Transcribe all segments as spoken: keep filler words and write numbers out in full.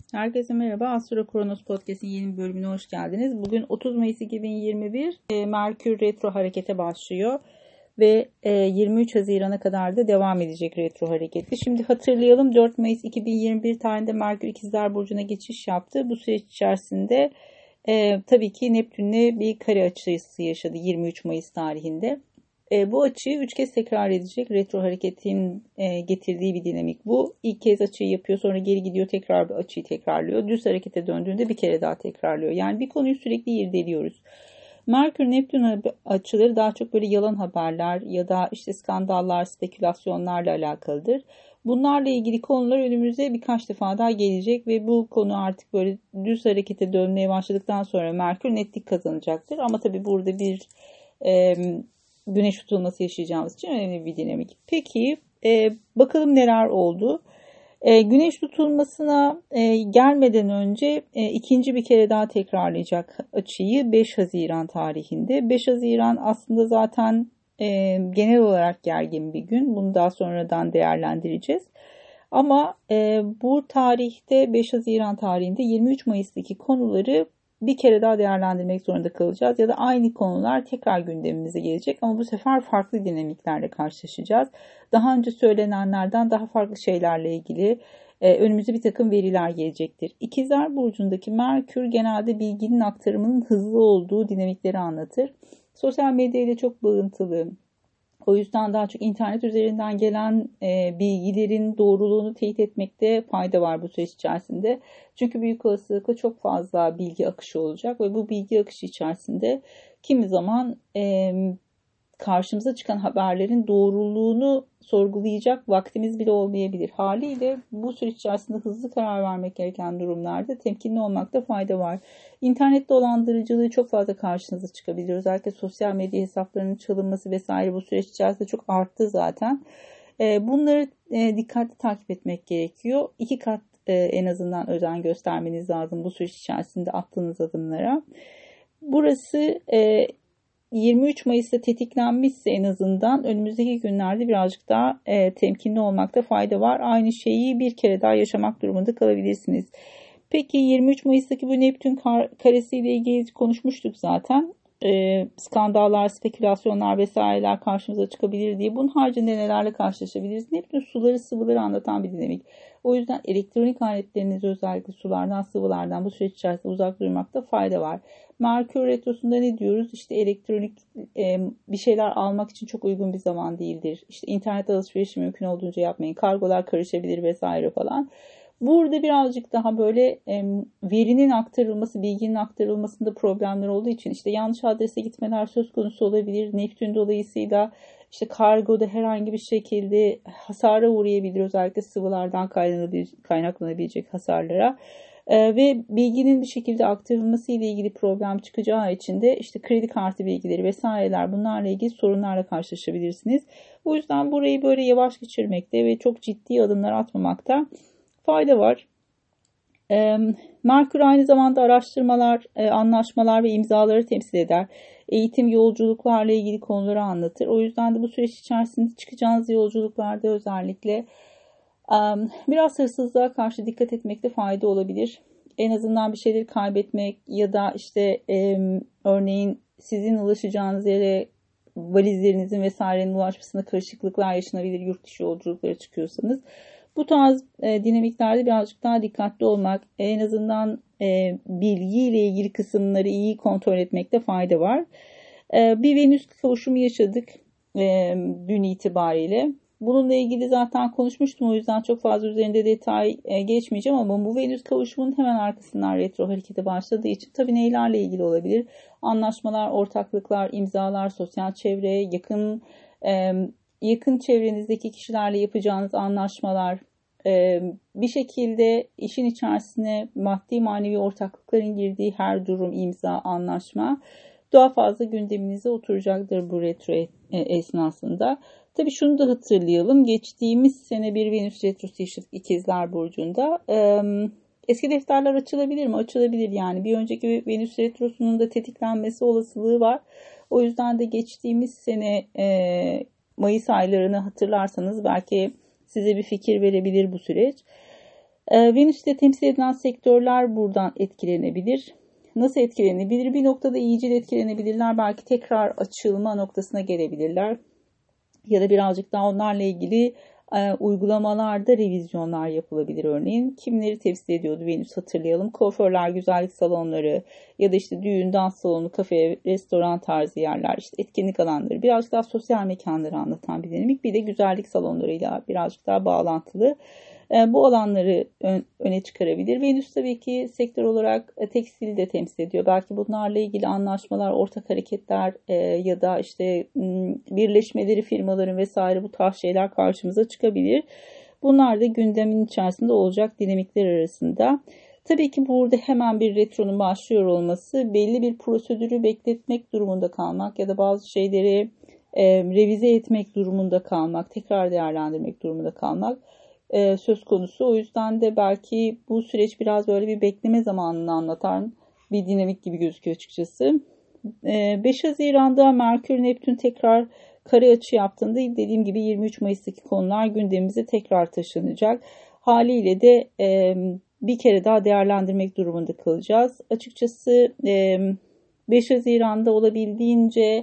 Herkese merhaba. Astro Kronos Podcast'in yeni bir bölümüne hoş geldiniz. Bugün otuz Mayıs iki bin yirmi bir e, Merkür Retro harekete başlıyor ve e, yirmi üç Haziran'a kadar da devam edecek retro hareketi. Şimdi hatırlayalım, dört Mayıs iki bin yirmi bir tarihinde Merkür İkizler Burcu'na geçiş yaptı. Bu süreç içerisinde e, tabii ki Neptün'le bir kare açısı yaşadı yirmi üç Mayıs tarihinde. E, bu açıyı üç kez tekrar edecek. Retro hareketin e, getirdiği bir dinamik bu. İlk kez açıyı yapıyor, sonra geri gidiyor, tekrar bir açıyı tekrarlıyor. Düz harekete döndüğünde bir kere daha tekrarlıyor. Yani bir konuyu sürekli irdeliyoruz. Merkür Neptün açıları daha çok böyle yalan haberler ya da işte skandallar, spekülasyonlarla alakalıdır. Bunlarla ilgili konular önümüze birkaç defa daha gelecek ve bu konu artık böyle düz harekete dönmeye başladıktan sonra Merkür netlik kazanacaktır. Ama tabii burada bir e, güneş tutulması yaşayacağımız için önemli bir dinamik. Peki e, bakalım neler oldu. E, güneş tutulmasına e, gelmeden önce e, ikinci bir kere daha tekrarlayacak açıyı beş Haziran tarihinde. beş Haziran aslında zaten e, genel olarak gergin bir gün. Bunu daha sonradan değerlendireceğiz. Ama e, bu tarihte beş Haziran tarihinde yirmi üç Mayıs'taki konuları bir kere daha değerlendirmek zorunda kalacağız. Ya da aynı konular tekrar gündemimize gelecek ama bu sefer farklı dinamiklerle karşılaşacağız. Daha önce söylenenlerden daha farklı şeylerle ilgili e, önümüze bir takım veriler gelecektir. İkizler Burcu'ndaki Merkür genelde bilginin aktarımının hızlı olduğu dinamikleri anlatır. Sosyal medya ile çok bağıntılı. O yüzden daha çok internet üzerinden gelen e, bilgilerin doğruluğunu teyit etmekte fayda var bu süreç içerisinde. Çünkü büyük olasılıkla çok fazla bilgi akışı olacak ve bu bilgi akışı içerisinde kimi zaman e, karşımıza çıkan haberlerin doğruluğunu sorgulayacak vaktimiz bile olmayabilir. Haliyle bu süreç içerisinde hızlı karar vermek gereken durumlarda temkinli olmakta fayda var. İnternet dolandırıcılığı çok fazla karşınıza çıkabilir. Özellikle sosyal medya hesaplarının çalınması vesaire bu süreç içerisinde çok arttı zaten. Bunları dikkatli takip etmek gerekiyor. İki kat en azından özen göstermeniz lazım bu süreç içerisinde attığınız adımlara. Burası yirmi üç Mayıs'ta tetiklenmişse en azından önümüzdeki günlerde birazcık daha e, temkinli olmakta fayda var. Aynı şeyi bir kere daha yaşamak durumunda kalabilirsiniz. Peki yirmi üç Mayıs'taki bu Neptün kar, karesiyle ilgili konuşmuştuk zaten. E, skandallar, spekülasyonlar vesaireler karşımıza çıkabilir diye. Bunun haricinde nelerle karşılaşabiliriz? Neptün suları, sıvıları anlatan bir dinamik. O yüzden elektronik aletlerinizi özellikle sulardan, sıvılardan bu süreç içerisinde uzak durmakta fayda var. Merkür Retrosu'nda ne diyoruz? İşte elektronik e, bir şeyler almak için çok uygun bir zaman değildir. İşte internet alışverişi mümkün olduğunca yapmayın. Kargolar karışabilir vesaire falan. Burada birazcık daha böyle e, verinin aktarılması, bilginin aktarılmasında problemler olduğu için işte yanlış adrese gitmeler söz konusu olabilir. Neptün dolayısıyla işte kargoda herhangi bir şekilde hasara uğrayabilir. Özellikle sıvılardan kaynaklanabilecek hasarlara. Ee, ve bilginin bir şekilde aktarılması ile ilgili problem çıkacağı için de işte kredi kartı bilgileri vesaireler bunlarla ilgili sorunlarla karşılaşabilirsiniz. O yüzden burayı böyle yavaş geçirmekte ve çok ciddi adımlar atmamakta fayda var. Ee, Merkür aynı zamanda araştırmalar, e, anlaşmalar ve imzaları temsil eder. Eğitim, yolculuklarla ilgili konuları anlatır. O yüzden de bu süreç içerisinde çıkacağınız yolculuklarda özellikle biraz hırsızlığa karşı dikkat etmekte fayda olabilir. En azından bir şeyleri kaybetmek ya da işte e, örneğin sizin ulaşacağınız yere valizlerinizin vesairenin ulaşmasına karışıklıklar yaşanabilir yurt dışı yolculuklara çıkıyorsanız. Bu tarz e, dinamiklerde birazcık daha dikkatli olmak, en azından e, bilgiyle ilgili kısımları iyi kontrol etmekte fayda var. E, bir Venüs kavuşumu yaşadık e, dün itibariyle. Bununla ilgili zaten konuşmuştum, o yüzden çok fazla üzerinde detay geçmeyeceğim ama bu Venüs kavuşumunun hemen arkasından retro hareketi başladığı için tabii neylerle ilgili olabilir? Anlaşmalar, ortaklıklar, imzalar, sosyal çevre, yakın yakın çevrenizdeki kişilerle yapacağınız anlaşmalar, bir şekilde işin içerisine maddi manevi ortaklıkların girdiği her durum, imza, anlaşma daha fazla gündeminize oturacaktır bu retro esnasında. Tabii şunu da hatırlayalım. Geçtiğimiz sene bir Venüs retrosu yaşadık İkizler Burcu'nda. Ee, eski defterler açılabilir mi? Açılabilir yani. Bir önceki Venüs retrosunun da tetiklenmesi olasılığı var. O yüzden de geçtiğimiz sene e, Mayıs aylarını hatırlarsanız belki size bir fikir verebilir bu süreç. E, Venüs'te temsil edilen sektörler buradan etkilenebilir. Nasıl etkilenebilir? Bir noktada iyicil etkilenebilirler. Belki tekrar açılma noktasına gelebilirler. Ya da birazcık daha onlarla ilgili e, uygulamalarda revizyonlar yapılabilir örneğin. Kimleri temsil ediyordu Venüs hatırlayalım. Kuaförler, güzellik salonları ya da işte düğün, dans salonu, kafe, restoran tarzı yerler, işte etkinlik alanları. Birazcık daha sosyal mekanları anlatan bir dinamik. Bir de güzellik salonlarıyla birazcık daha bağlantılı. Bu alanları öne çıkarabilir. Venüs tabii ki sektör olarak tekstili de temsil ediyor. Belki bunlarla ilgili anlaşmalar, ortak hareketler ya da işte birleşmeleri firmaların vesaire bu tarz şeyler karşımıza çıkabilir. Bunlar da gündemin içerisinde olacak dinamikler arasında. Tabii ki burada hemen bir retronun başlıyor olması belli bir prosedürü bekletmek durumunda kalmak ya da bazı şeyleri revize etmek durumunda kalmak, tekrar değerlendirmek durumunda kalmak söz konusu. O yüzden de belki bu süreç biraz böyle bir bekleme zamanını anlatan bir dinamik gibi gözüküyor açıkçası. beş Haziran'da Merkür Neptün tekrar kare açı yaptığında dediğim gibi yirmi üç Mayıs'taki konular gündemimize tekrar taşınacak. Haliyle de bir kere daha değerlendirmek durumunda kalacağız. Açıkçası beş Haziran'da olabildiğince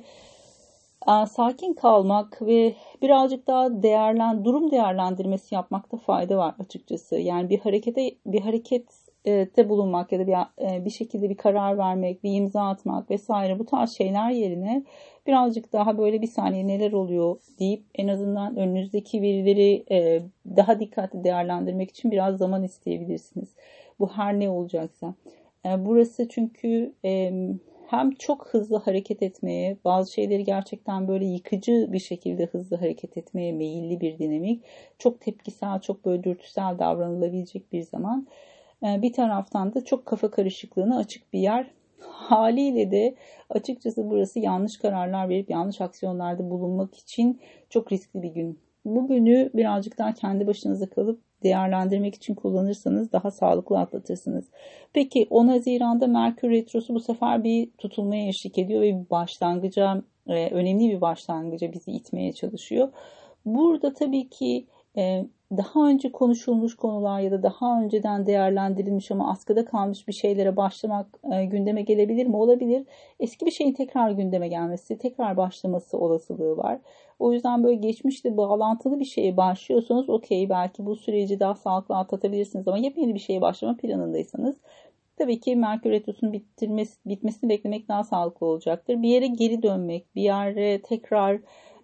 sakin kalmak ve birazcık daha değerlen durum değerlendirmesi yapmakta fayda var açıkçası. Yani bir harekete bir harekette bulunmak ya da bir bir şekilde bir karar vermek, bir imza atmak vesaire bu tarz şeyler yerine birazcık daha böyle bir saniye neler oluyor deyip en azından önünüzdeki verileri daha dikkatli değerlendirmek için biraz zaman isteyebilirsiniz. Bu her ne olacaksa. Burası çünkü hem çok hızlı hareket etmeye, bazı şeyleri gerçekten böyle yıkıcı bir şekilde hızlı hareket etmeye meyilli bir dinamik. Çok tepkisel, çok böyle dürtüsel davranılabilecek bir zaman. Bir taraftan da çok kafa karışıklığına açık bir yer. Haliyle de açıkçası burası yanlış kararlar verip yanlış aksiyonlarda bulunmak için çok riskli bir gün. Bu günü birazcık daha kendi başınıza kalıp değerlendirmek için kullanırsanız daha sağlıklı atlatırsınız. Peki on Haziran'da Merkür Retrosu bu sefer bir tutulmaya eşlik ediyor ve bir başlangıca, önemli bir başlangıca bizi itmeye çalışıyor. Burada tabii ki daha önce konuşulmuş konular ya da daha önceden değerlendirilmiş ama askıda kalmış bir şeylere başlamak gündeme gelebilir mi? Olabilir. Eski bir şeyin tekrar gündeme gelmesi, tekrar başlaması olasılığı var. O yüzden böyle geçmişte bağlantılı bir şeye başlıyorsanız okey, belki bu süreci daha sağlıklı atlatabilirsiniz ama yepyeni bir şeye başlama planındaysanız tabii ki Merkür Retrosu'nun bitirmesi, bitmesini beklemek daha sağlıklı olacaktır. Bir yere geri dönmek, bir yere tekrar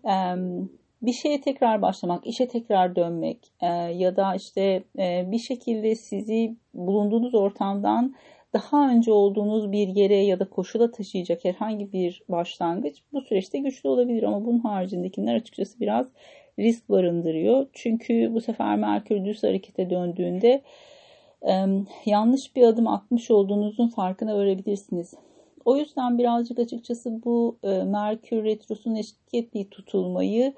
bir şeye tekrar başlamak, işe tekrar dönmek ya da işte bir şekilde sizi bulunduğunuz ortamdan daha önce olduğunuz bir yere ya da koşula taşıyacak herhangi bir başlangıç bu süreçte güçlü olabilir ama bunun haricindekiler açıkçası biraz risk barındırıyor. Çünkü bu sefer Merkür düz harekete döndüğünde yanlış bir adım atmış olduğunuzun farkına varabilirsiniz. O yüzden birazcık açıkçası bu Merkür Retrosu'nun eşlik ettiği tutulmayı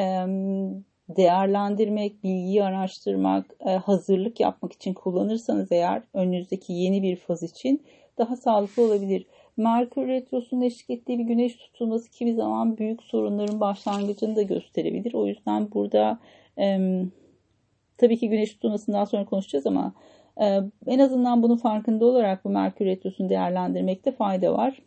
değerlendirmek, bilgiyi araştırmak, hazırlık yapmak için kullanırsanız eğer önünüzdeki yeni bir faz için daha sağlıklı olabilir. Merkür Retrosu'nun eşlik ettiği bir güneş tutulması kimi zaman büyük sorunların başlangıcını da gösterebilir. O yüzden burada e, tabii ki güneş tutulmasını daha sonra konuşacağız ama e, en azından bunun farkında olarak bu Merkür Retrosu'nu değerlendirmekte fayda var.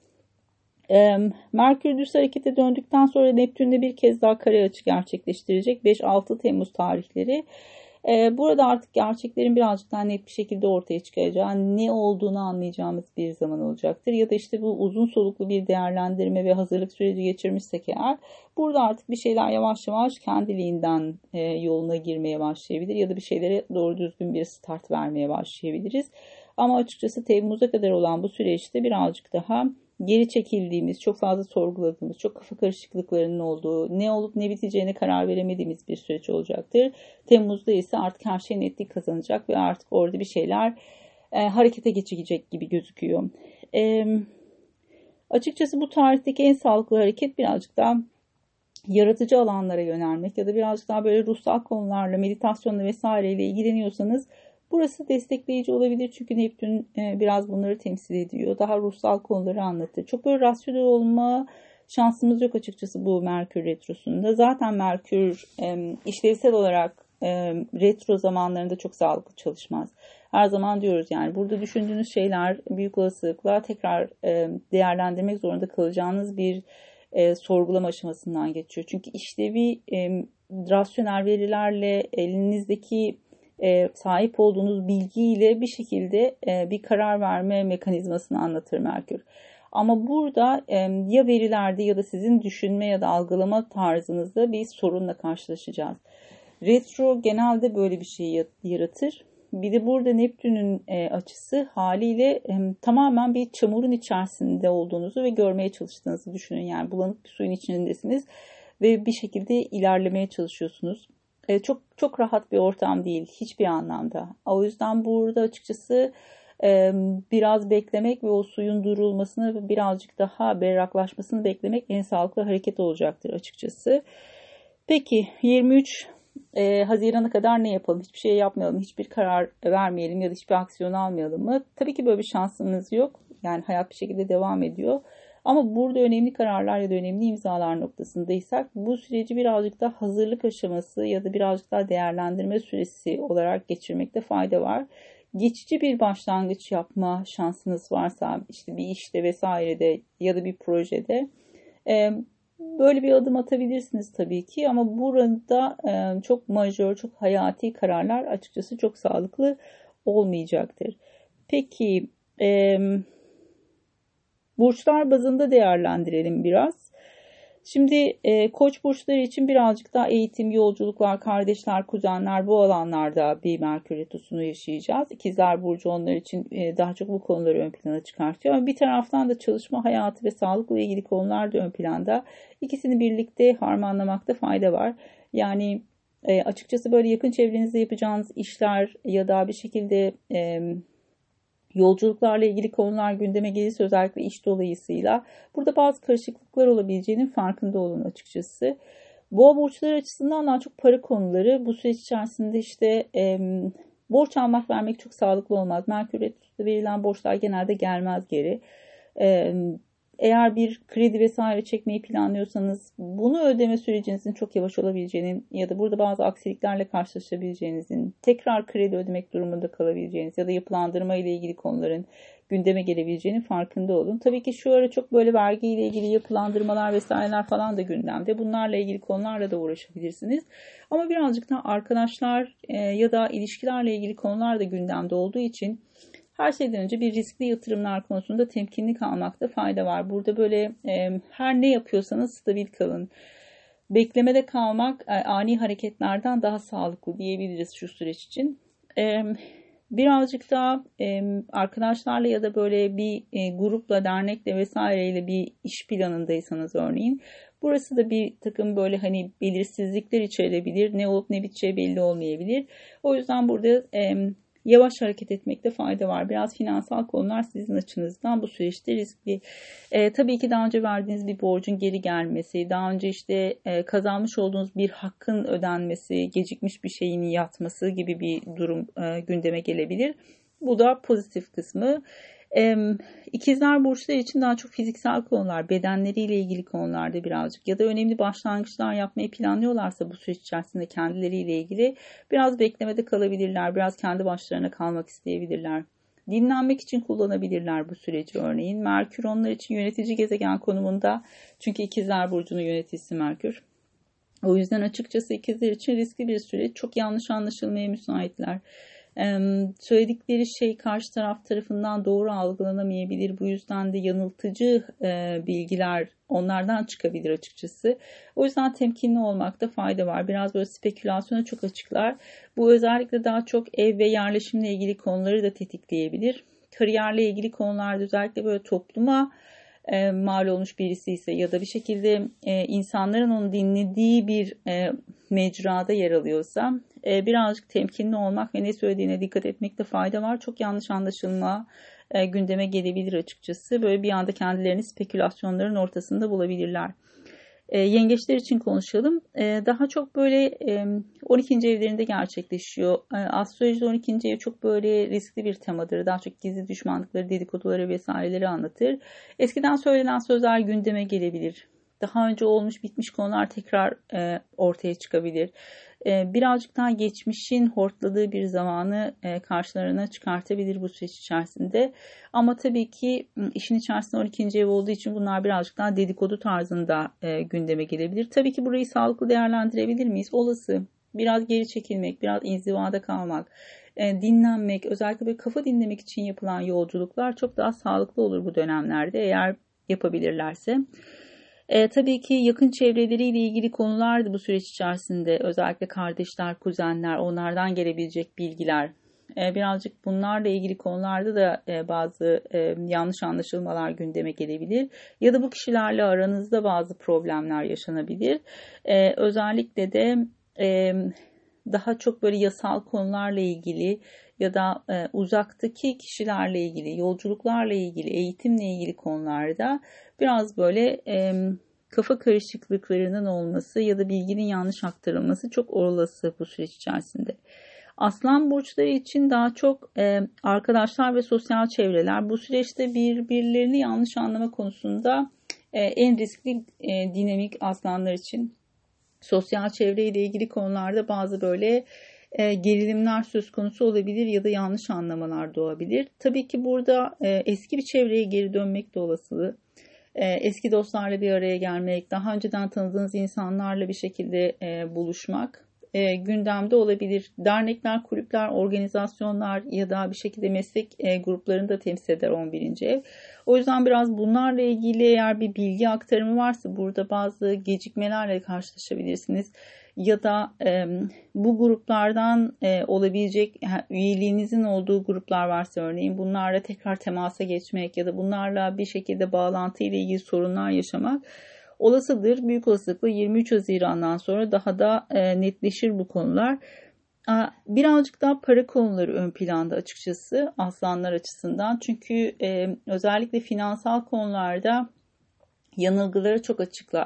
Merkür düz harekete döndükten sonra Neptün'de bir kez daha kare açı gerçekleştirecek beş altı Temmuz tarihleri. Burada artık gerçeklerin birazcık daha net bir şekilde ortaya çıkacağı, ne olduğunu anlayacağımız bir zaman olacaktır. Ya da işte bu uzun soluklu bir değerlendirme ve hazırlık süreci geçirmişsek eğer burada artık bir şeyler yavaş yavaş kendiliğinden yoluna girmeye başlayabilir ya da bir şeylere doğru düzgün bir start vermeye başlayabiliriz. Ama açıkçası Temmuz'a kadar olan bu süreçte birazcık daha geri çekildiğimiz, çok fazla sorguladığımız, çok kafa karışıklıklarının olduğu, ne olup ne biteceğine karar veremediğimiz bir süreç olacaktır. Temmuz'da ise artık her şey netlik kazanacak ve artık orada bir şeyler e, harekete geçecek gibi gözüküyor. E, açıkçası bu tarihteki en sağlıklı hareket birazcık daha yaratıcı alanlara yönelmek ya da birazcık daha böyle ruhsal konularla, meditasyonla vesaireyle ilgileniyorsanız burası destekleyici olabilir çünkü Neptün biraz bunları temsil ediyor. Daha ruhsal konuları anlatır. Çok böyle rasyonel olma şansımız yok açıkçası bu Merkür Retrosu'nda. Zaten Merkür işlevsel olarak e, retro zamanlarında çok sağlıklı çalışmaz. Her zaman diyoruz yani burada düşündüğünüz şeyler büyük olasılıkla tekrar e, değerlendirmek zorunda kalacağınız bir e, sorgulama aşamasından geçiyor. Çünkü işlevi e, rasyonel verilerle elinizdeki e, sahip olduğunuz bilgiyle bir şekilde e, bir karar verme mekanizmasını anlatır Merkür. Ama burada e, ya verilerde ya da sizin düşünme ya da algılama tarzınızda bir sorunla karşılaşacağız. Retro genelde böyle bir şey yaratır. Bir de burada Neptün'ün e, açısı haliyle e, tamamen bir çamurun içerisinde olduğunuzu ve görmeye çalıştığınızı düşünün. Yani bulanık bir suyun içindesiniz ve bir şekilde ilerlemeye çalışıyorsunuz. E, çok çok rahat bir ortam değil hiçbir anlamda. O yüzden burada açıkçası e, biraz beklemek ve o suyun durulmasını ve birazcık daha berraklaşmasını beklemek en sağlıklı hareket olacaktır açıkçası. Peki yirmi üç e, Haziran'a kadar ne yapalım? Hiçbir şey yapmayalım, hiçbir karar vermeyelim ya da hiçbir aksiyon almayalım mı? Tabii ki böyle bir şansımız yok. Yani hayat bir şekilde devam ediyor. Ama burada önemli kararlar ya da önemli imzalar noktasındaysak bu süreci birazcık daha hazırlık aşaması ya da birazcık daha değerlendirme süresi olarak geçirmekte fayda var. Geçici bir başlangıç yapma şansınız varsa işte bir işte vesairede ya da bir projede böyle bir adım atabilirsiniz tabii ki ama burada çok majör, çok hayati kararlar açıkçası çok sağlıklı olmayacaktır. Peki burçlar bazında değerlendirelim biraz. Şimdi e, Koç burçları için birazcık daha eğitim, yolculuklar, kardeşler, kuzenler bu alanlarda bir Merkür retrosunu yaşayacağız. İkizler burcu onlar için e, daha çok bu konuları ön plana çıkartıyor. Ama bir taraftan da çalışma hayatı ve sağlıkla ilgili konular da ön planda. İkisini birlikte harmanlamakta fayda var. Yani e, açıkçası böyle yakın çevrenizde yapacağınız işler ya da bir şekilde E, yolculuklarla ilgili konular gündeme gelirse özellikle iş dolayısıyla burada bazı karışıklıklar olabileceğinin farkında olun açıkçası. Boğa burçları açısından daha çok para konuları bu süreç içerisinde işte e, borç almak vermek çok sağlıklı olmaz. Merkür retrosu verilen borçlar genelde gelmez geri. E, Eğer bir kredi vesaire çekmeyi planlıyorsanız bunu ödeme sürecinizin çok yavaş olabileceğinin ya da burada bazı aksiliklerle karşılaşabileceğinizin, tekrar kredi ödemek durumunda kalabileceğiniz ya da yapılandırma ile ilgili konuların gündeme gelebileceğinin farkında olun. Tabii ki şu ara çok böyle vergi ile ilgili yapılandırmalar vesaireler falan da gündemde. Bunlarla ilgili konularla da uğraşabilirsiniz. Ama birazcık da arkadaşlar ya da ilişkilerle ilgili konular da gündemde olduğu için her şeyden önce bir riskli yatırımlar konusunda temkinli kalmakta fayda var. Burada böyle e, her ne yapıyorsanız stabil kalın. Beklemede kalmak e, ani hareketlerden daha sağlıklı diyebiliriz şu süreç için. E, birazcık daha e, arkadaşlarla ya da böyle bir e, grupla, dernekle vesaireyle bir iş planındaysanız örneğin. Burası da bir takım böyle hani belirsizlikler içerebilir. Ne olup ne biteceği belli olmayabilir. O yüzden burada E, yavaş hareket etmekte fayda var. Biraz finansal konular sizin açınızdan bu süreçte riskli. E, tabii ki daha önce verdiğiniz bir borcun geri gelmesi, daha önce işte e, kazanmış olduğunuz bir hakkın ödenmesi, gecikmiş bir şeyin yatması gibi bir durum e, gündeme gelebilir. Bu da pozitif kısmı. Ee, İkizler burçları için daha çok fiziksel konular, bedenleriyle ilgili konularda birazcık ya da önemli başlangıçlar yapmayı planlıyorlarsa bu süreç içerisinde kendileriyle ilgili biraz beklemede kalabilirler, biraz kendi başlarına kalmak isteyebilirler. Dinlenmek için kullanabilirler bu süreci örneğin. Merkür onlar için yönetici gezegen konumunda çünkü İkizler burcunun yöneticisi Merkür. O yüzden açıkçası ikizler için riskli bir süreç, çok yanlış anlaşılmaya müsaitler. Ee, söyledikleri şey karşı taraf tarafından doğru algılanamayabilir. Bu yüzden de yanıltıcı e, bilgiler onlardan çıkabilir açıkçası. O yüzden temkinli olmakta fayda var. Biraz böyle spekülasyona çok açıklar. Bu özellikle daha çok ev ve yerleşimle ilgili konuları da tetikleyebilir. Kariyerle ilgili konularda özellikle böyle topluma e, mal olmuş birisi ise ya da bir şekilde e, insanların onu dinlediği bir e, mecrada yer alıyorsa e, birazcık temkinli olmak ve ne söylediğine dikkat etmekte fayda var. Çok yanlış anlaşılma e, gündeme gelebilir açıkçası. Böyle bir anda kendilerini spekülasyonların ortasında bulabilirler. E, yengeçler için konuşalım. E, daha çok böyle e, on ikinci evlerinde gerçekleşiyor. E, astrolojide on ikinci ev çok böyle riskli bir temadır. Daha çok gizli düşmanlıkları, dedikoduları vesaireleri anlatır. Eskiden söylenen sözler gündeme gelebilir. Daha önce olmuş bitmiş konular tekrar e, ortaya çıkabilir. birazcık daha geçmişin hortladığı bir zamanı karşılarına çıkartabilir bu süreç içerisinde. Ama tabii ki işin içerisinde on ikinci ev olduğu için bunlar birazcık daha dedikodu tarzında gündeme gelebilir. Tabii ki burayı sağlıklı değerlendirebilir miyiz? Olası. Biraz geri çekilmek, biraz inzivada kalmak, dinlenmek, özellikle böyle kafa dinlemek için yapılan yolculuklar çok daha sağlıklı olur bu dönemlerde eğer yapabilirlerse. E, tabii ki yakın çevreleriyle ilgili konular da bu süreç içerisinde, özellikle kardeşler, kuzenler, onlardan gelebilecek bilgiler, e, birazcık bunlarla ilgili konularda da e, bazı e, yanlış anlaşılmalar gündeme gelebilir. Ya da bu kişilerle aranızda bazı problemler yaşanabilir. E, özellikle de e, daha çok böyle yasal konularla ilgili ya da e, uzaktaki kişilerle ilgili, yolculuklarla ilgili, eğitimle ilgili konularda biraz böyle e, kafa karışıklıklarının olması ya da bilginin yanlış aktarılması çok olası bu süreç içerisinde. Aslan burçları için daha çok e, arkadaşlar ve sosyal çevreler bu süreçte birbirlerini yanlış anlama konusunda e, en riskli e, dinamik aslanlar için. Sosyal çevreyle ilgili konularda bazı böyle e, gerilimler söz konusu olabilir ya da yanlış anlamalar doğabilir. Tabii ki burada e, eski bir çevreye geri dönmek de olasılığı. E, eski dostlarla bir araya gelmek, daha önceden tanıdığınız insanlarla bir şekilde e, buluşmak e, gündemde olabilir. Dernekler, kulüpler, organizasyonlar ya da bir şekilde meslek e, gruplarını da temsil eder on birinci ev. O yüzden biraz bunlarla ilgili eğer bir bilgi aktarımı varsa burada bazı gecikmelerle karşılaşabilirsiniz. Ya da e, bu gruplardan e, olabilecek üyeliğinizin olduğu gruplar varsa örneğin bunlarla tekrar temasa geçmek ya da bunlarla bir şekilde bağlantı ile ilgili sorunlar yaşamak olasıdır. Büyük olasılıkla yirmi üç Haziran'dan sonra daha da e, netleşir bu konular. Birazcık daha para konuları ön planda açıkçası aslanlar açısından. Çünkü e, özellikle finansal konularda yanılgılara çok açıklar.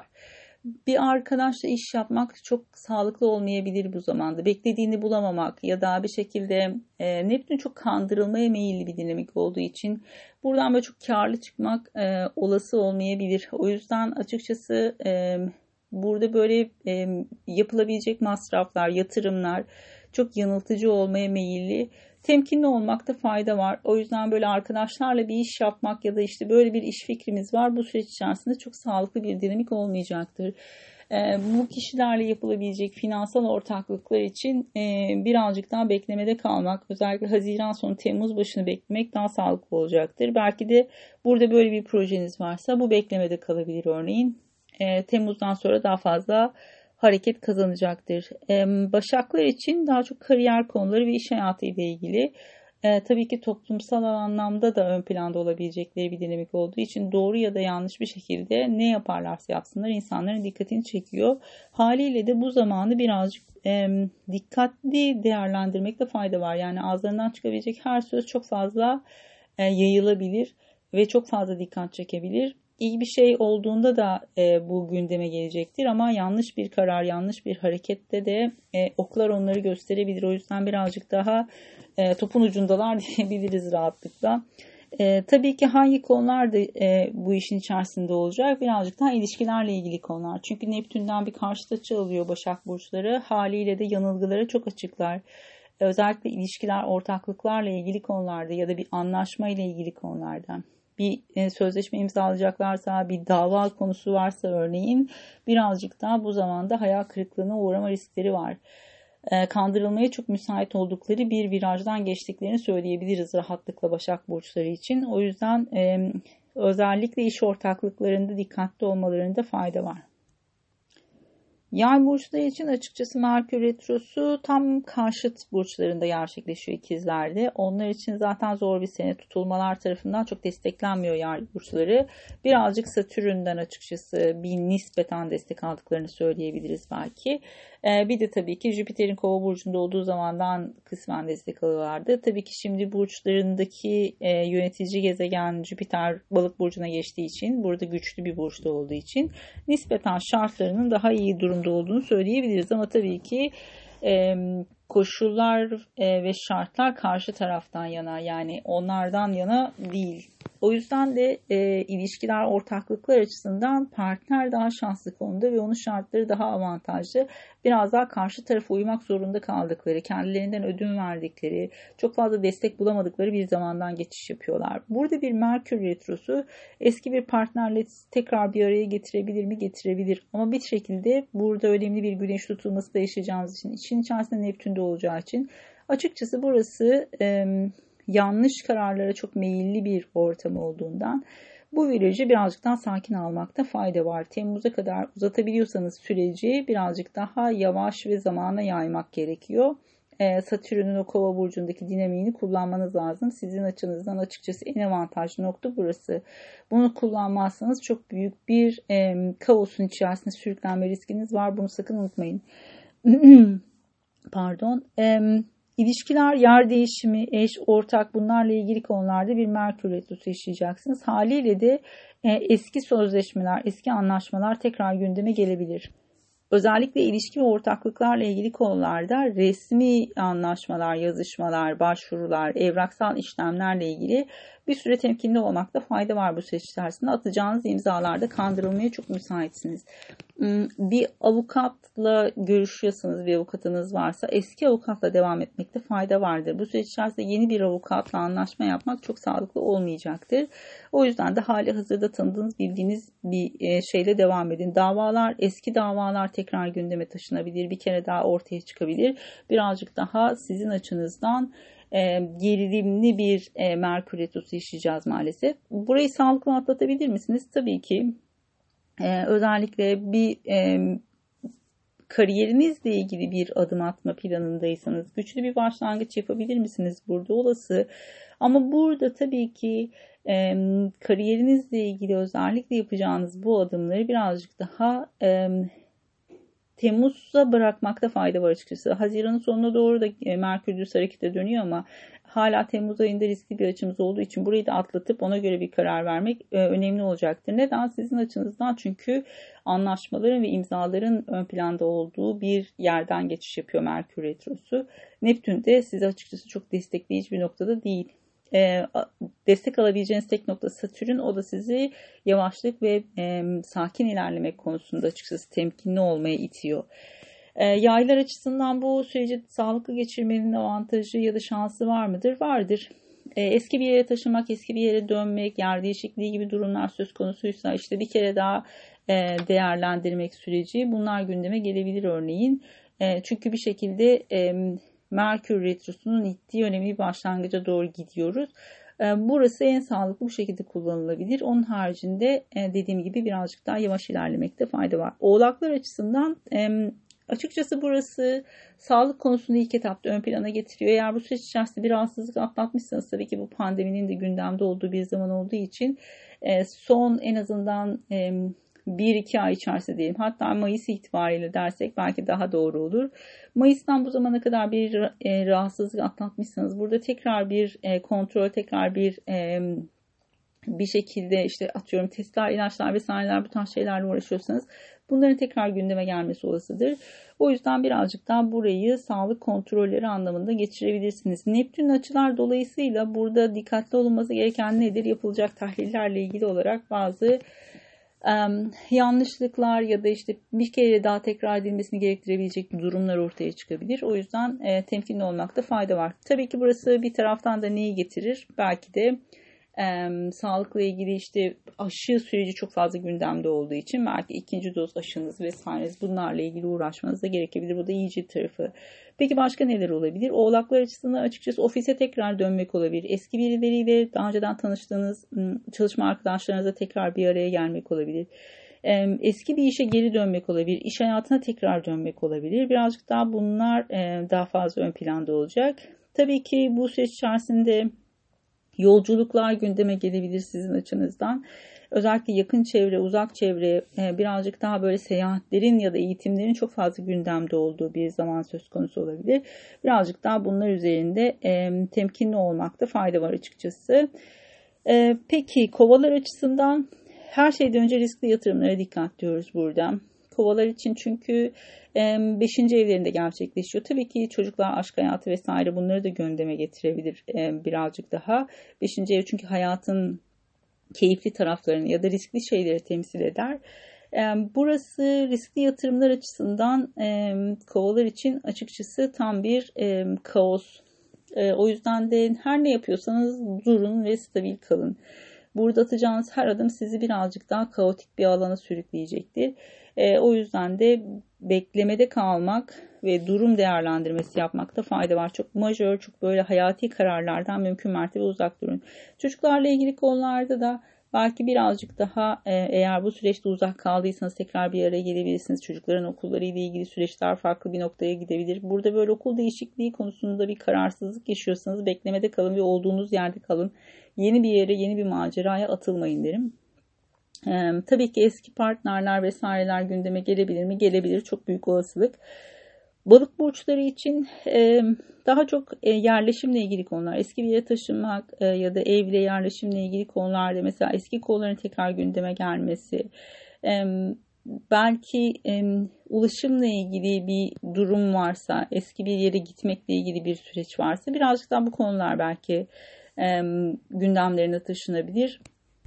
Bir arkadaşla iş yapmak çok sağlıklı olmayabilir bu zamanda. Beklediğini bulamamak ya da bir şekilde e, Neptün çok kandırılmaya meyilli bir dinamik olduğu için buradan böyle çok karlı çıkmak e, olası olmayabilir. O yüzden açıkçası e, burada böyle e, yapılabilecek masraflar, yatırımlar çok yanıltıcı olmaya meyilli. Temkinli olmakta fayda var. O yüzden böyle arkadaşlarla bir iş yapmak ya da işte böyle bir iş fikrimiz var. Bu süreç içerisinde çok sağlıklı bir dinamik olmayacaktır. Ee, bu kişilerle yapılabilecek finansal ortaklıklar için e, birazcık daha beklemede kalmak, özellikle Haziran sonu Temmuz başını beklemek daha sağlıklı olacaktır. Belki de burada böyle bir projeniz varsa bu beklemede kalabilir örneğin. E, Temmuz'dan sonra daha fazla hareket kazanacaktır. Başaklar için daha çok kariyer konuları ve iş hayatı ile ilgili. E, tabii ki toplumsal anlamda da ön planda olabilecekleri bir dinamik olduğu için doğru ya da yanlış bir şekilde ne yaparlarsa yapsınlar insanların dikkatini çekiyor. Haliyle de bu zamanı birazcık e, dikkatli değerlendirmekte fayda var. Yani ağızlarından çıkabilecek her söz çok fazla e, yayılabilir ve çok fazla dikkat çekebilir. İyi bir şey olduğunda da e, bu gündeme gelecektir ama yanlış bir karar, yanlış bir harekette de e, oklar onları gösterebilir. O yüzden birazcık daha e, topun ucundalar diyebiliriz rahatlıkla. E, tabii ki hangi konular da e, bu işin içerisinde olacak? Birazcık daha ilişkilerle ilgili konular. Çünkü Neptün'den bir karşıt açı alıyor Başak Burçları. Haliyle de yanılgılara çok açıklar. E, özellikle ilişkiler, ortaklıklarla ilgili konularda ya da bir anlaşma ile ilgili konularda. Bir sözleşme imzalayacaklarsa, bir dava konusu varsa örneğin birazcık daha bu zamanda hayal kırıklığına uğrama riskleri var. Kandırılmaya çok müsait oldukları bir virajdan geçtiklerini söyleyebiliriz rahatlıkla Başak Burçları için. O yüzden özellikle iş ortaklıklarında dikkatli olmalarında fayda var. Yay burçları için açıkçası Merkür Retrosu tam karşıt burçlarında gerçekleşiyor ikizlerde. Onlar için zaten zor bir sene, tutulmalar tarafından çok desteklenmiyor yay burçları. Birazcık Satürn'den açıkçası bir nispeten destek aldıklarını söyleyebiliriz belki. Ee, bir de tabii ki Jüpiter'in Kova burcunda olduğu zamandan kısmen destek alıyorlardı. Tabii ki şimdi burçlarındaki e, yönetici gezegen Jüpiter Balık burcuna geçtiği için, burada güçlü bir burçta olduğu için nispeten şartlarının daha iyi durumda olduğunu söyleyebiliriz. Ama tabii ki e, koşullar e, ve şartlar karşı taraftan yana, yani onlardan yana değil. O yüzden de e, ilişkiler, ortaklıklar açısından partner daha şanslı konuda ve onun şartları daha avantajlı. Biraz daha karşı tarafa uymak zorunda kaldıkları, kendilerinden ödün verdikleri, çok fazla destek bulamadıkları bir zamandan geçiş yapıyorlar. Burada bir Merkür Retrosu eski bir partnerle tekrar bir araya getirebilir mi? Getirebilir. Ama bir şekilde burada önemli bir güneş tutulması da yaşayacağımız için, için içerisinde Neptün'de olacağı için açıkçası burası e, yanlış kararlara çok meyilli bir ortam olduğundan bu virajı birazcık daha sakin almakta fayda var. Temmuz'a kadar uzatabiliyorsanız süreci birazcık daha yavaş ve zamana yaymak gerekiyor. Ee, Satürn'ün o Kova burcundaki dinamiğini kullanmanız lazım. Sizin açınızdan açıkçası en avantajlı nokta burası. Bunu kullanmazsanız çok büyük bir e, kaosun içerisinde sürüklenme riskiniz var. Bunu sakın unutmayın. Pardon. Eee İlişkiler, yer değişimi, eş, ortak bunlarla ilgili konularda bir Merkür Retrosu yaşayacaksınız. Haliyle de e, eski sözleşmeler, eski anlaşmalar tekrar gündeme gelebilir. Özellikle ilişki ve ortaklıklarla ilgili konularda resmi anlaşmalar, yazışmalar, başvurular, evraksal işlemlerle ilgili bir süre temkinli olmakta fayda var bu süreç içerisinde. Atacağınız imzalarda kandırılmaya çok müsaitsiniz. Bir avukatla görüşüyorsanız, bir avukatınız varsa eski avukatla devam etmekte fayda vardır. Bu süreç içerisinde yeni bir avukatla anlaşma yapmak çok sağlıklı olmayacaktır. O yüzden de hali hazırda tanıdığınız, bildiğiniz bir şeyle devam edin. Davalar, eski davalar tekrar gündeme taşınabilir, bir kere daha ortaya çıkabilir. Birazcık daha sizin açınızdan e, gerilimli bir e, Merkür Retrosu yaşayacağız maalesef. Burayı sağlıklı atlatabilir misiniz? Tabii ki. E, özellikle bir e, kariyerinizle ilgili bir adım atma planındaysanız güçlü bir başlangıç yapabilir misiniz? Burada olası. Ama burada tabii ki e, kariyerinizle ilgili özellikle yapacağınız bu adımları birazcık daha e, Temmuz'a bırakmakta fayda var açıkçası. Haziran'ın sonuna doğru da Merkür düz harekete dönüyor ama hala Temmuz ayında riskli bir açımız olduğu için burayı da atlatıp ona göre bir karar vermek önemli olacaktır. Neden? Sizin açınızdan, çünkü anlaşmaların ve imzaların ön planda olduğu bir yerden geçiş yapıyor Merkür Retrosu. Neptün de size açıkçası çok destekleyici bir noktada değil. E, destek alabileceğiniz tek nokta Satürn. O da sizi yavaşlık ve e, sakin ilerlemek konusunda açıkçası temkinli olmaya itiyor. E, yaylar açısından bu süreci sağlıklı geçirmenin avantajı ya da şansı var mıdır? Vardır. E, eski bir yere taşınmak, eski bir yere dönmek, yer değişikliği gibi durumlar söz konusuysa işte bir kere daha e, değerlendirmek süreci, bunlar gündeme gelebilir örneğin. E, çünkü bir şekilde e, Merkür Retrosu'nun ittiği önemli bir başlangıca doğru gidiyoruz. Burası en sağlıklı bu şekilde kullanılabilir. Onun haricinde dediğim gibi birazcık daha yavaş ilerlemekte fayda var. Oğlaklar açısından açıkçası burası sağlık konusunu ilk etapta ön plana getiriyor. Eğer bu süreç içerisinde bir rahatsızlık atlatmışsanız, tabii ki bu pandeminin de gündemde olduğu bir zaman olduğu için son en azından bir iki ay içerisinde diyelim, hatta Mayıs itibariyle dersek belki daha doğru olur. Mayıs'tan bu zamana kadar bir e, rahatsızlık atlatmışsanız burada tekrar bir e, kontrol, tekrar bir e, bir şekilde işte atıyorum testler, ilaçlar vesaireler, bu tarz şeylerle uğraşıyorsanız bunların tekrar gündeme gelmesi olasıdır. O yüzden birazcık daha burayı sağlık kontrolleri anlamında geçirebilirsiniz. Neptün açılar dolayısıyla burada dikkatli olunması gereken nedir? Yapılacak tahlillerle ilgili olarak bazı Um, yanlışlıklar ya da işte bir kere daha tekrar edilmesini gerektirebilecek durumlar ortaya çıkabilir. O yüzden e, temkinli olmakta fayda var. Tabii ki burası bir taraftan da neyi getirir? Belki de e, sağlıkla ilgili işte aşı süreci çok fazla gündemde olduğu için belki ikinci doz aşınız vesaire bunlarla ilgili uğraşmanız da gerekebilir. Bu da iyice tarafı. Peki başka neler olabilir? Oğlaklar açısından açıkçası ofise tekrar dönmek olabilir. Eski birileriyle daha önceden tanıştığınız çalışma arkadaşlarınızla tekrar bir araya gelmek olabilir. Eski bir işe geri dönmek olabilir. İş hayatına tekrar dönmek olabilir. Birazcık daha bunlar daha fazla ön planda olacak. Tabii ki bu süreç içerisinde yolculuklar gündeme gelebilir sizin açınızdan. Özellikle yakın çevre, uzak çevre, birazcık daha böyle seyahatlerin ya da eğitimlerin çok fazla gündemde olduğu bir zaman söz konusu olabilir. Birazcık daha bunlar üzerinde temkinli olmakta fayda var açıkçası. Peki kovalar açısından her şeyden önce riskli yatırımlara dikkat diyoruz burada. Kovalar için çünkü beşinci evlerinde gerçekleşiyor. Tabii ki çocuklar, aşk hayatı vesaire bunları da gündeme getirebilir birazcık daha. beşinci ev çünkü hayatın keyifli taraflarını ya da riskli şeyleri temsil eder. Burası riskli yatırımlar açısından kovalar için açıkçası tam bir kaos. O yüzden de her ne yapıyorsanız durun ve stabil kalın. Burada atacağınız her adım sizi birazcık daha kaotik bir alana sürükleyecektir. O yüzden de beklemede kalmak ve durum değerlendirmesi yapmakta fayda var. Çok majör, çok böyle hayati kararlardan mümkün mertebe uzak durun. Çocuklarla ilgili konularda da belki birazcık daha eğer bu süreçte uzak kaldıysanız tekrar bir araya gelebilirsiniz. Çocukların okulları ile ilgili süreçler farklı bir noktaya gidebilir. Burada böyle okul değişikliği konusunda bir kararsızlık yaşıyorsanız beklemede kalın ve olduğunuz yerde kalın. Yeni bir yere, yeni bir maceraya atılmayın derim. Ee, tabii ki eski partnerler vesaireler gündeme gelebilir mi? Gelebilir. Çok büyük olasılık. Balık burçları için e, daha çok e, yerleşimle ilgili konular, eski bir yere taşınmak e, ya da evle yerleşimle ilgili konularda mesela eski konuların tekrar gündeme gelmesi, e, belki e, ulaşımla ilgili bir durum varsa, eski bir yere gitmekle ilgili bir süreç varsa birazcık daha bu konular belki e, gündemlerine taşınabilir.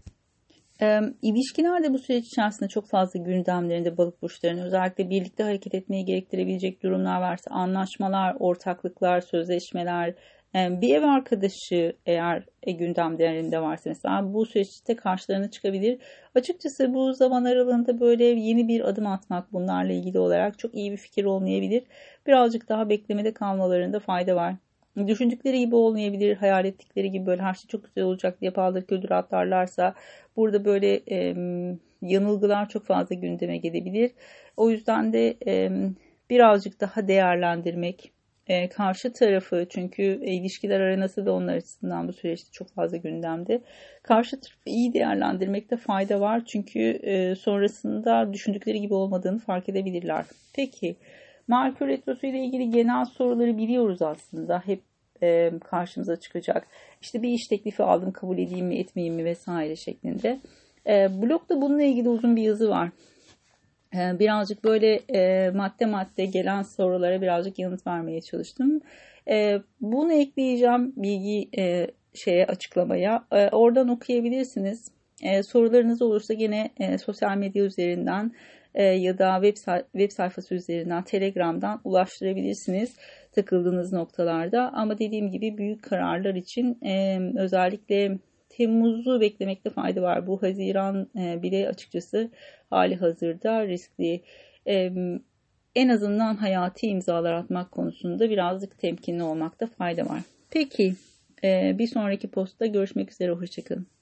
E, ilişkiler de bu süreç içerisinde çok fazla gündemlerinde balık burçlarının, özellikle birlikte hareket etmeyi gerektirebilecek durumlar varsa anlaşmalar, ortaklıklar, sözleşmeler, e, bir ev arkadaşı eğer e, gündemlerinde varsa mesela bu süreçte karşılarına çıkabilir. Açıkçası bu zaman aralığında böyle yeni bir adım atmak bunlarla ilgili olarak çok iyi bir fikir olmayabilir. Birazcık daha beklemede kalmalarında fayda var. Düşündükleri gibi olmayabilir, hayal ettikleri gibi böyle her şey çok güzel olacak diye paldır küldür atlarlarsa burada böyle e, yanılgılar çok fazla gündeme gelebilir. O yüzden de e, birazcık daha değerlendirmek e, karşı tarafı, çünkü ilişkiler arenası da onlar açısından bu süreçte çok fazla gündemde. Karşı tarafı iyi değerlendirmekte fayda var çünkü e, sonrasında düşündükleri gibi olmadığını fark edebilirler. Peki. Merkür Retrosu ile ilgili genel soruları biliyoruz aslında. Hep e, karşımıza çıkacak. İşte bir iş teklifi aldım, kabul edeyim mi etmeyeyim mi vesaire şeklinde. E, blogda bununla ilgili uzun bir yazı var. E, birazcık böyle e, madde madde gelen sorulara birazcık yanıt vermeye çalıştım. E, bunu ekleyeceğim bilgi e, şeye açıklamaya. E, oradan okuyabilirsiniz. E, sorularınız olursa yine e, sosyal medya üzerinden ya da web, web sayfası üzerinden, Telegram'dan ulaştırabilirsiniz takıldığınız noktalarda. Ama dediğim gibi büyük kararlar için e, özellikle Temmuz'u beklemekte fayda var. Bu Haziran e, bile açıkçası hali hazırda riskli. E, en azından hayati imzalar atmak konusunda birazcık temkinli olmakta fayda var. Peki e, bir sonraki postta görüşmek üzere. Hoşçakalın.